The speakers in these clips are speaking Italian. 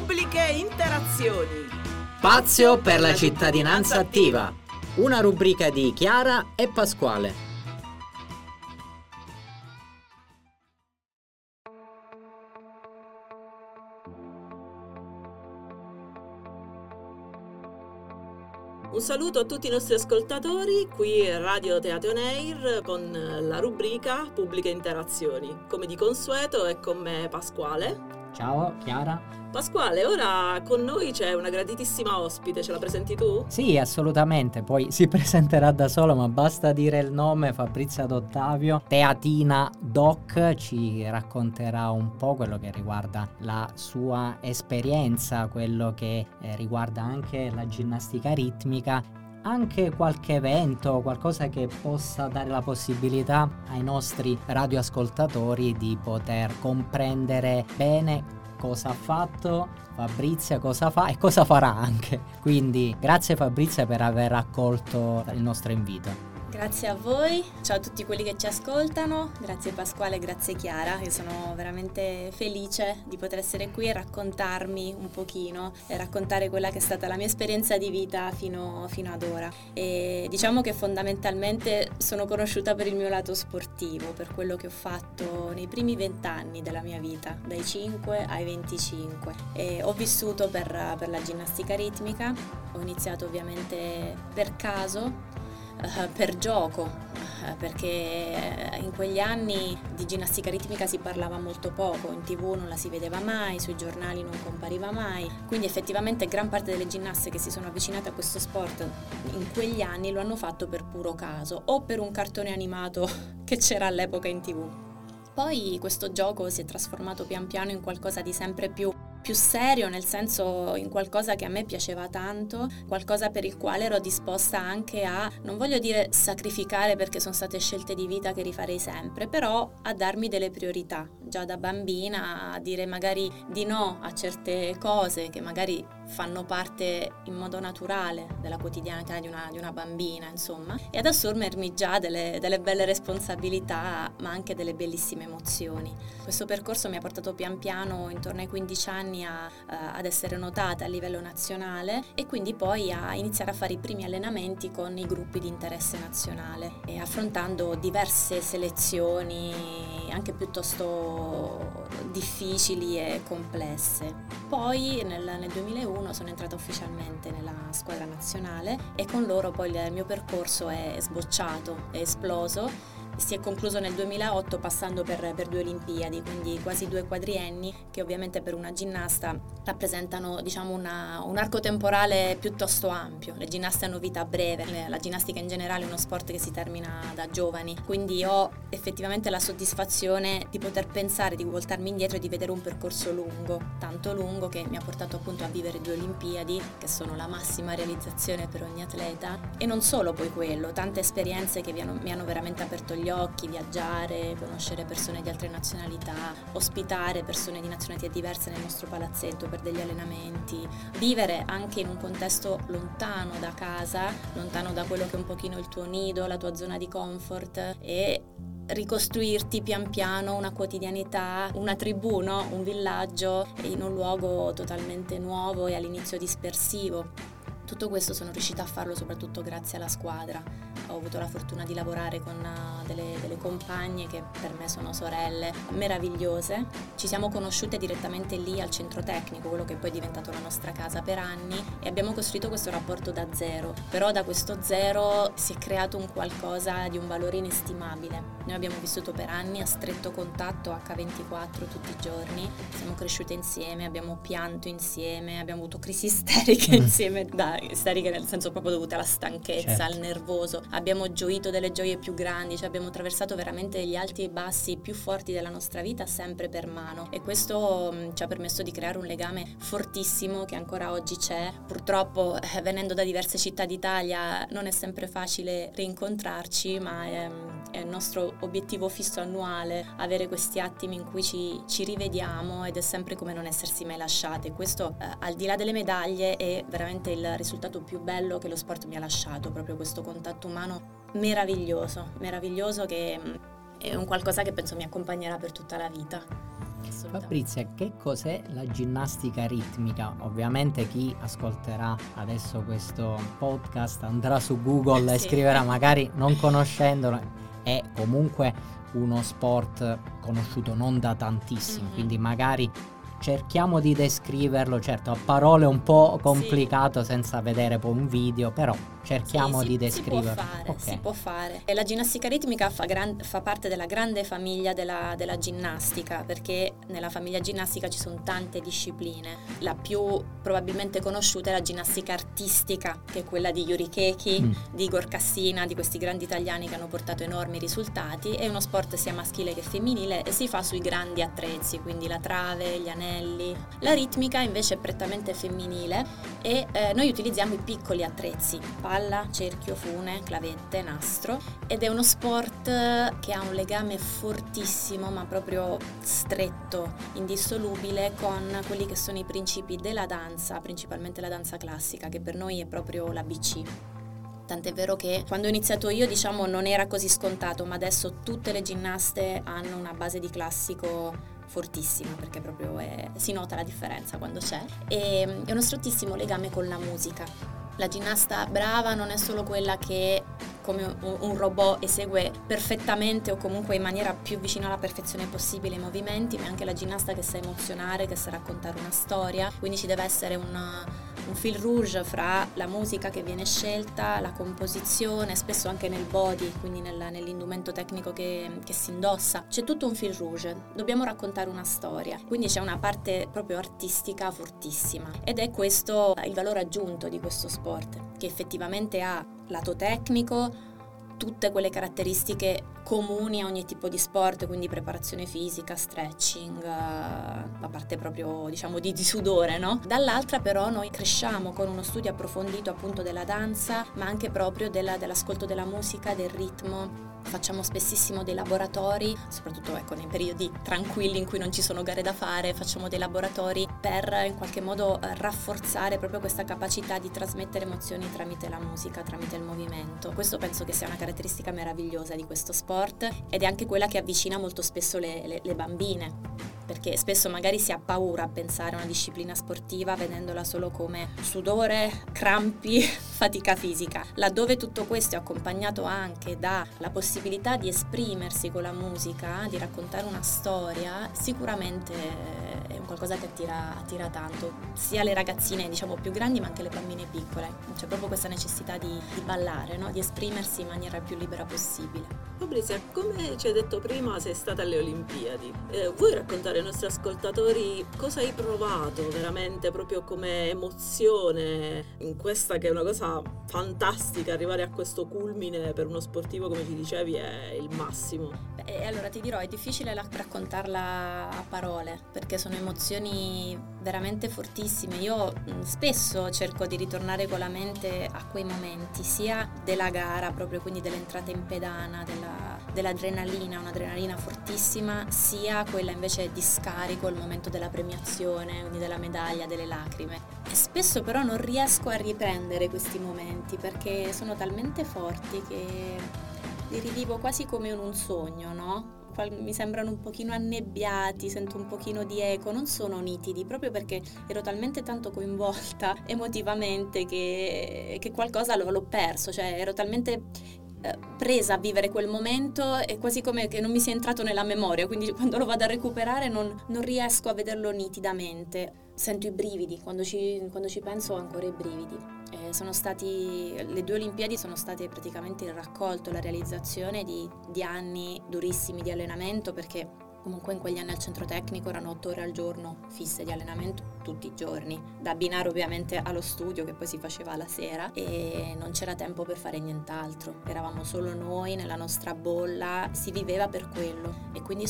Pubbliche interazioni. Spazio per la cittadinanza attiva. Una rubrica di Chiara e Pasquale. Un saluto a tutti i nostri ascoltatori, qui Radio Teatro On Air con la rubrica Pubbliche Interazioni. Come di consueto è con me Pasquale. Ciao Chiara. Pasquale, ora con noi c'è una graditissima ospite, ce la presenti tu? Sì, assolutamente, poi si presenterà da solo, ma basta dire il nome: Fabrizia D'Ottavio, teatina doc, ci racconterà un po' quello che riguarda la sua esperienza, quello che riguarda anche la ginnastica ritmica, anche qualche evento, qualcosa che possa dare la possibilità ai nostri radioascoltatori di poter comprendere bene cosa ha fatto Fabrizia, cosa fa e cosa farà anche. Quindi grazie Fabrizia per aver accolto il nostro invito. Grazie a voi, ciao a tutti quelli che ci ascoltano, grazie Pasquale, grazie Chiara, io sono veramente felice di poter essere qui e raccontarmi un pochino e raccontare quella che è stata la mia esperienza di vita fino ad ora. E diciamo che fondamentalmente sono conosciuta per il mio lato sportivo, per quello che ho fatto nei primi 20 anni della mia vita, dai 5 ai 25. E ho vissuto per la ginnastica ritmica, ho iniziato ovviamente per caso, per gioco, perché in quegli anni di ginnastica ritmica si parlava molto poco, in TV non la si vedeva mai, sui giornali non compariva mai, quindi effettivamente gran parte delle ginnaste che si sono avvicinate a questo sport in quegli anni lo hanno fatto per puro caso o per un cartone animato che c'era all'epoca in TV. Poi questo gioco si è trasformato pian piano in qualcosa di sempre più serio, nel senso in qualcosa che a me piaceva tanto, qualcosa per il quale ero disposta anche a, non voglio dire sacrificare perché sono state scelte di vita che rifarei sempre, però a darmi delle priorità, già da bambina, a dire magari di no a certe cose che magari fanno parte in modo naturale della quotidianità di una bambina, insomma, e ad assumermi già delle belle responsabilità, ma anche delle bellissime emozioni. Questo percorso mi ha portato pian piano, intorno ai 15 anni, ad essere notata a livello nazionale e quindi poi a iniziare a fare i primi allenamenti con i gruppi di interesse nazionale e affrontando diverse selezioni anche piuttosto difficili e complesse. Poi nel 2001 sono entrata ufficialmente nella squadra nazionale e con loro poi il mio percorso è sbocciato, è esploso. Si è concluso nel 2008 passando per 2 Olimpiadi, quindi quasi 2 quadrienni che ovviamente per una ginnasta rappresentano, diciamo, un arco temporale piuttosto ampio. Le ginnaste hanno vita breve, la ginnastica in generale è uno sport che si termina da giovani, quindi ho effettivamente la soddisfazione di poter pensare, di voltarmi indietro e di vedere un percorso lungo, tanto lungo che mi ha portato appunto a vivere 2 Olimpiadi, che sono la massima realizzazione per ogni atleta, e non solo poi quello, tante esperienze che mi hanno veramente aperto gli occhi, viaggiare, conoscere persone di altre nazionalità, ospitare persone di nazionalità diverse nel nostro palazzetto per degli allenamenti, vivere anche in un contesto lontano da casa, lontano da quello che è un pochino il tuo nido, la tua zona di comfort, e ricostruirti pian piano una quotidianità, una tribù, no? Un villaggio in un luogo totalmente nuovo e all'inizio dispersivo. Tutto questo sono riuscita a farlo soprattutto grazie alla squadra. Ho avuto la fortuna di lavorare con delle compagne che per me sono sorelle meravigliose. Ci siamo conosciute direttamente lì al centro tecnico, quello che poi è diventato la nostra casa per anni, e abbiamo costruito questo rapporto da zero. Però da questo zero si è creato un qualcosa di un valore inestimabile. Noi abbiamo vissuto per anni a stretto contatto H24 tutti i giorni, siamo cresciute insieme, abbiamo pianto insieme, abbiamo avuto crisi isteriche insieme, isteriche nel senso proprio dovute alla stanchezza, certo, al nervoso. Abbiamo gioito delle gioie più grandi, cioè abbiamo attraversato veramente gli alti e bassi più forti della nostra vita sempre per mano, e questo ci ha permesso di creare un legame fortissimo che ancora oggi c'è. Purtroppo venendo da diverse città d'Italia non è sempre facile rincontrarci, ma è il nostro obiettivo fisso annuale avere questi attimi in cui ci rivediamo, ed è sempre come non essersi mai lasciate. Questo al di là delle medaglie è veramente il risultato più bello che lo sport mi ha lasciato, proprio questo contatto umano meraviglioso che è un qualcosa che penso mi accompagnerà per tutta la vita. Fabrizia, che cos'è la ginnastica ritmica? Ovviamente chi ascolterà adesso questo podcast andrà su Google e scriverà, magari non conoscendolo, è comunque uno sport conosciuto non da tantissimi, quindi magari cerchiamo di descriverlo, certo a parole un po' complicato senza vedere poi un video, però cerchiamo di descriverlo. Si può fare. E la ginnastica ritmica fa parte della grande famiglia della ginnastica, perché nella famiglia ginnastica ci sono tante discipline. La più probabilmente conosciuta è la ginnastica artistica, che è quella di Yuri Keki, di Igor Cassina, di questi grandi italiani che hanno portato enormi risultati. È uno sport sia maschile che femminile e si fa sui grandi attrezzi, quindi la trave, gli anelli. La ritmica invece è prettamente femminile e noi utilizziamo i piccoli attrezzi, palla, cerchio, fune, clavette, nastro, ed è uno sport che ha un legame fortissimo, ma proprio stretto, indissolubile con quelli che sono i principi della danza, principalmente la danza classica, che per noi è proprio l'ABC. Tant'è vero che quando ho iniziato io, diciamo, non era così scontato, ma adesso tutte le ginnaste hanno una base di classico fortissima, perché proprio si nota la differenza quando c'è, e è uno strettissimo legame con la musica. La ginnasta brava non è solo quella che come un robot esegue perfettamente o comunque in maniera più vicina alla perfezione possibile i movimenti, ma è anche la ginnasta che sa emozionare, che sa raccontare una storia, quindi ci deve essere un fil rouge fra la musica che viene scelta, la composizione, spesso anche nel body, quindi nell'indumento tecnico che si indossa. C'è tutto un fil rouge, dobbiamo raccontare una storia, quindi c'è una parte proprio artistica fortissima, ed è questo il valore aggiunto di questo sport, che effettivamente ha lato tecnico, tutte quelle caratteristiche comuni a ogni tipo di sport, quindi preparazione fisica, stretching, la parte proprio, diciamo, di sudore, no? Dall'altra però noi cresciamo con uno studio approfondito appunto della danza, ma anche proprio dell'ascolto della musica, del ritmo. Facciamo spessissimo dei laboratori, soprattutto nei periodi tranquilli in cui non ci sono gare da fare, facciamo dei laboratori per in qualche modo rafforzare proprio questa capacità di trasmettere emozioni tramite la musica, tramite il movimento. Questo penso che sia una caratteristica meravigliosa di questo sport, ed è anche quella che avvicina molto spesso le bambine, perché spesso magari si ha paura a pensare a una disciplina sportiva vedendola solo come sudore, crampi, fatica fisica. Laddove tutto questo è accompagnato anche dalla possibilità di esprimersi con la musica, di raccontare una storia, sicuramente è un qualcosa che attira tanto, sia le ragazzine, diciamo, più grandi, ma anche le bambine piccole. C'è proprio questa necessità di ballare, no? Di esprimersi in maniera più libera possibile. Fabrizia, come ci hai detto prima, sei stata alle Olimpiadi. Vuoi raccontare ai nostri ascoltatori cosa hai provato veramente proprio come emozione in questa che è una cosa fantastica? Arrivare a questo culmine per uno sportivo, come ci dicevi, è il massimo. Allora ti dirò, è difficile raccontarla a parole, perché sono emozioni veramente fortissime. Io spesso cerco di ritornare con la mente a quei momenti, sia della gara proprio, quindi dell'entrata in pedana, dell'adrenalina, un'adrenalina fortissima, sia quella invece di scarico, il momento della premiazione, quindi della medaglia, delle lacrime. E spesso però non riesco a riprendere questi momenti, perché sono talmente forti che li rivivo quasi come in un sogno, no? Mi sembrano un pochino annebbiati, sento un pochino di eco, non sono nitidi, proprio perché ero talmente tanto coinvolta emotivamente che qualcosa l'ho perso, cioè ero talmente presa a vivere quel momento, è quasi come che non mi sia entrato nella memoria, quindi quando lo vado a recuperare non riesco a vederlo nitidamente. Sento i brividi, quando ci penso ho ancora i brividi. Le 2 Olimpiadi sono state praticamente il raccolto, la realizzazione di anni durissimi di allenamento, perché comunque in quegli anni al centro tecnico erano 8 ore al giorno fisse di allenamento tutti i giorni, da abbinare ovviamente allo studio che poi si faceva la sera, e non c'era tempo per fare nient'altro, eravamo solo noi nella nostra bolla, si viveva per quello, e quindi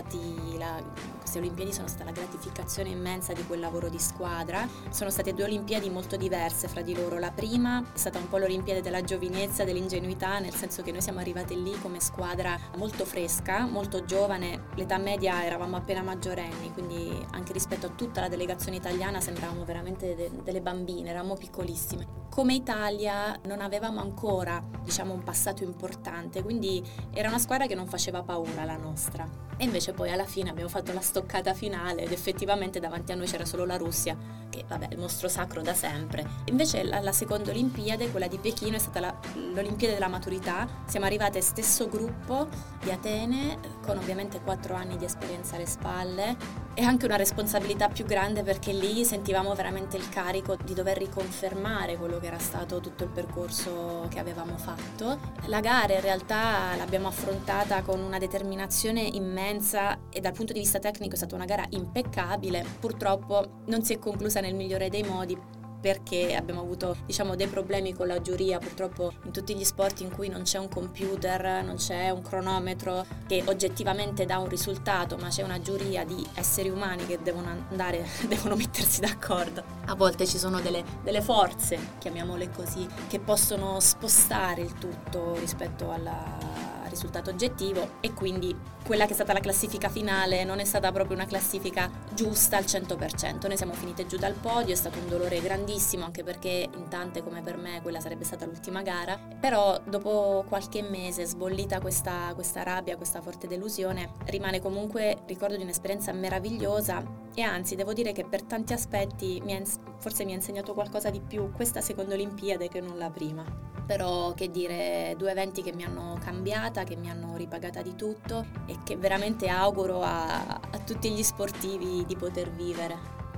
queste Olimpiadi sono stata la gratificazione immensa di quel lavoro di squadra. Sono state 2 Olimpiadi molto diverse fra di loro. La prima è stata un po' l'Olimpiade della giovinezza, dell'ingenuità, nel senso che noi siamo arrivate lì come squadra molto fresca, molto giovane, l'età media eravamo appena maggiorenni, quindi anche rispetto a tutta la delegazione italiana sembravamo veramente delle bambine, eravamo piccolissime. come Italia non avevamo ancora, diciamo, un passato importante, quindi era una squadra che non faceva paura la nostra. E invece poi alla fine abbiamo fatto la stoccata finale ed effettivamente davanti a noi c'era solo la Russia, che vabbè è il mostro sacro da sempre. Invece la seconda Olimpiade, quella di Pechino, è stata l'Olimpiade della maturità. Siamo arrivate stesso gruppo di Atene, con ovviamente 4 anni di esperienza alle spalle e anche una responsabilità più grande, perché lì sentivamo veramente il carico di dover riconfermare quello che era stato tutto il percorso che avevamo fatto. La gara in realtà l'abbiamo affrontata con una determinazione immensa e dal punto di vista tecnico è stata una gara impeccabile. Purtroppo non si è conclusa nel migliore dei modi, perché abbiamo avuto, diciamo, dei problemi con la giuria. Purtroppo in tutti gli sport in cui non c'è un computer, non c'è un cronometro che oggettivamente dà un risultato, ma c'è una giuria di esseri umani che devono mettersi d'accordo. A volte ci sono delle forze, chiamiamole così, che possono spostare il tutto rispetto al risultato oggettivo, e quindi quella che è stata la classifica finale non è stata proprio una classifica giusta al 100%. Noi siamo finite giù dal podio, è stato un dolore grandissimo, anche perché in tante come per me quella sarebbe stata l'ultima gara, però dopo qualche mese, sbollita questa rabbia, questa forte delusione, rimane comunque ricordo di un'esperienza meravigliosa. E anzi devo dire che per tanti aspetti forse mi ha insegnato qualcosa di più questa seconda Olimpiade che non la prima. Però che dire, 2 eventi che mi hanno cambiata, che mi hanno ripagata di tutto e che veramente auguro a tutti gli sportivi di poter vivere.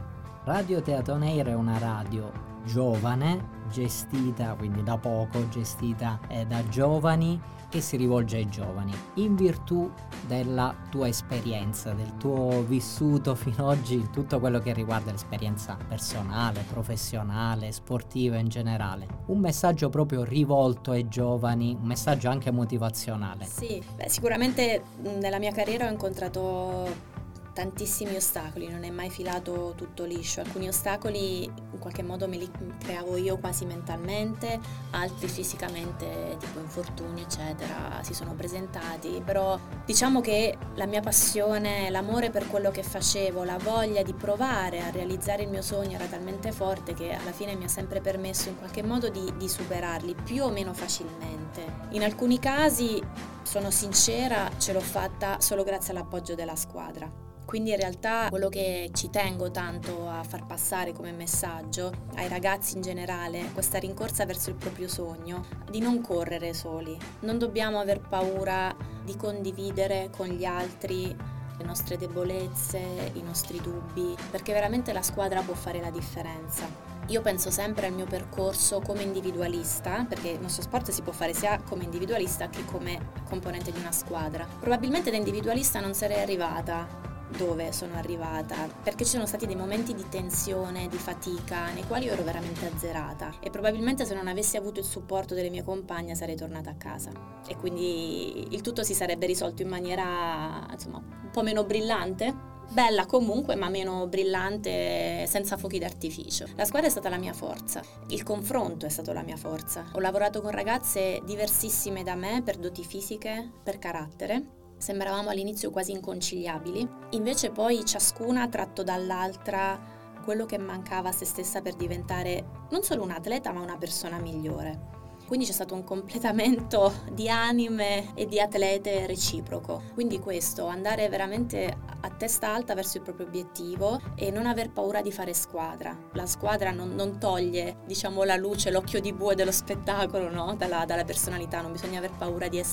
Radio Teatro On Air è una radio giovane, gestita quindi da poco, gestita da giovani, che si rivolge ai giovani. In virtù della tua esperienza, del tuo vissuto fino ad oggi, tutto quello che riguarda l'esperienza personale, professionale, sportiva in generale, un messaggio proprio rivolto ai giovani, un messaggio anche motivazionale. Sì, sicuramente nella mia carriera ho incontrato tantissimi ostacoli, non è mai filato tutto liscio. Alcuni ostacoli in qualche modo me li creavo io quasi mentalmente, altri fisicamente, tipo infortuni eccetera, si sono presentati, però diciamo che la mia passione, l'amore per quello che facevo, la voglia di provare a realizzare il mio sogno era talmente forte che alla fine mi ha sempre permesso in qualche modo di superarli più o meno facilmente. In alcuni casi, sono sincera, ce l'ho fatta solo grazie all'appoggio della squadra. Quindi in realtà quello che ci tengo tanto a far passare come messaggio ai ragazzi in generale, questa rincorsa verso il proprio sogno, di non correre soli. Non dobbiamo aver paura di condividere con gli altri le nostre debolezze, i nostri dubbi, perché veramente la squadra può fare la differenza. Io penso sempre al mio percorso come individualista, perché il nostro sport si può fare sia come individualista che come componente di una squadra. Probabilmente da individualista non sarei arrivata dove sono arrivata, perché ci sono stati dei momenti di tensione, di fatica, nei quali io ero veramente azzerata, e probabilmente se non avessi avuto il supporto delle mie compagne sarei tornata a casa, e quindi il tutto si sarebbe risolto in maniera, insomma, un po' meno brillante, bella comunque, ma meno brillante, senza fuochi d'artificio. La squadra è stata la mia forza, il confronto è stato la mia forza. Ho lavorato con ragazze diversissime da me per doti fisiche, per carattere. Sembravamo all'inizio quasi inconciliabili, invece poi ciascuna ha tratto dall'altra quello che mancava a se stessa per diventare non solo un atleta ma una persona migliore. Quindi c'è stato un completamento di anime e di atlete reciproco. Quindi questo, andare veramente a testa alta verso il proprio obiettivo e non aver paura di fare squadra. La squadra non toglie, diciamo, la luce, l'occhio di bue dello spettacolo, no? Dalla personalità. Non bisogna aver paura di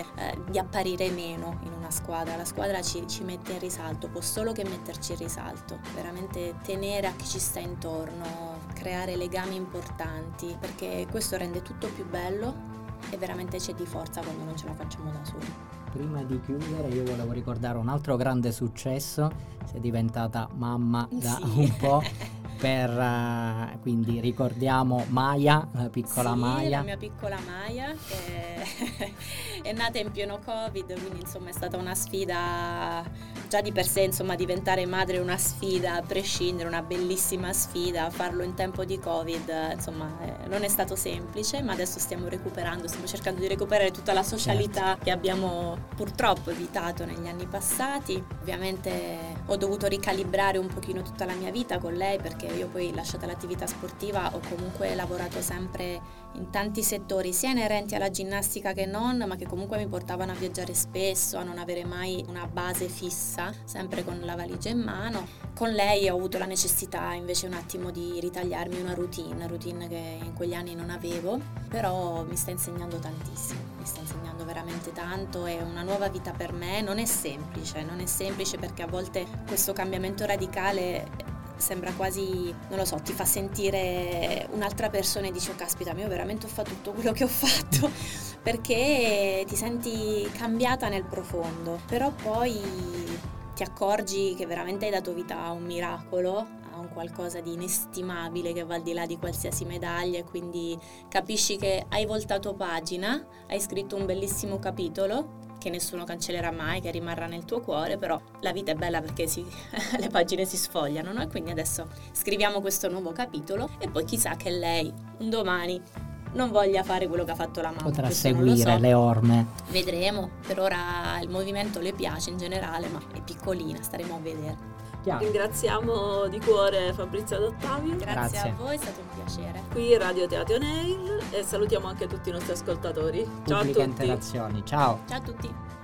di apparire meno in una squadra. La squadra ci mette in risalto, può solo che metterci in risalto. Veramente tenere a chi ci sta intorno, creare legami importanti, perché questo rende tutto più bello e veramente c'è di forza quando non ce la facciamo da soli. Prima di chiudere io volevo ricordare un altro grande successo, sei diventata mamma da un po', quindi ricordiamo Maya, la piccola Maya. La mia piccola Maya che è nata in pieno Covid, quindi insomma è stata una sfida. Già di per sé, insomma, diventare madre è una sfida, a prescindere, una bellissima sfida. Farlo in tempo di Covid, insomma, non è stato semplice, ma adesso stiamo cercando di recuperare tutta la socialità che abbiamo purtroppo evitato negli anni passati. Ovviamente ho dovuto ricalibrare un pochino tutta la mia vita con lei, perché perché io poi, lasciata l'attività sportiva, ho comunque lavorato sempre in tanti settori, sia inerenti alla ginnastica che non, ma che comunque mi portavano a viaggiare spesso, a non avere mai una base fissa, sempre con la valigia in mano. Con lei ho avuto la necessità invece un attimo di ritagliarmi una routine che in quegli anni non avevo, però mi sta insegnando tantissimo, mi sta insegnando veramente tanto, è una nuova vita per me. Non è semplice perché a volte questo cambiamento radicale sembra quasi, non lo so, ti fa sentire un'altra persona e dici: oh caspita, io veramente ho fatto tutto quello che ho fatto, perché ti senti cambiata nel profondo, però poi ti accorgi che veramente hai dato vita a un miracolo, a un qualcosa di inestimabile che va al di là di qualsiasi medaglia, e quindi capisci che hai voltato pagina, hai scritto un bellissimo capitolo che nessuno cancellerà mai, che rimarrà nel tuo cuore, però la vita è bella perché le pagine si sfogliano, no? E quindi adesso scriviamo questo nuovo capitolo e poi chissà che lei un domani non voglia fare quello che ha fatto la mamma. Potrà seguire le orme. Vedremo, per ora il movimento le piace in generale, ma è piccolina, staremo a vedere. Ringraziamo di cuore Fabrizia D'Ottavio. Grazie a voi, è stato un piacere. Qui Radio Teatro Nail, e salutiamo anche tutti i nostri ascoltatori. Ciao a tutti. Interazioni. Ciao. Ciao a tutti.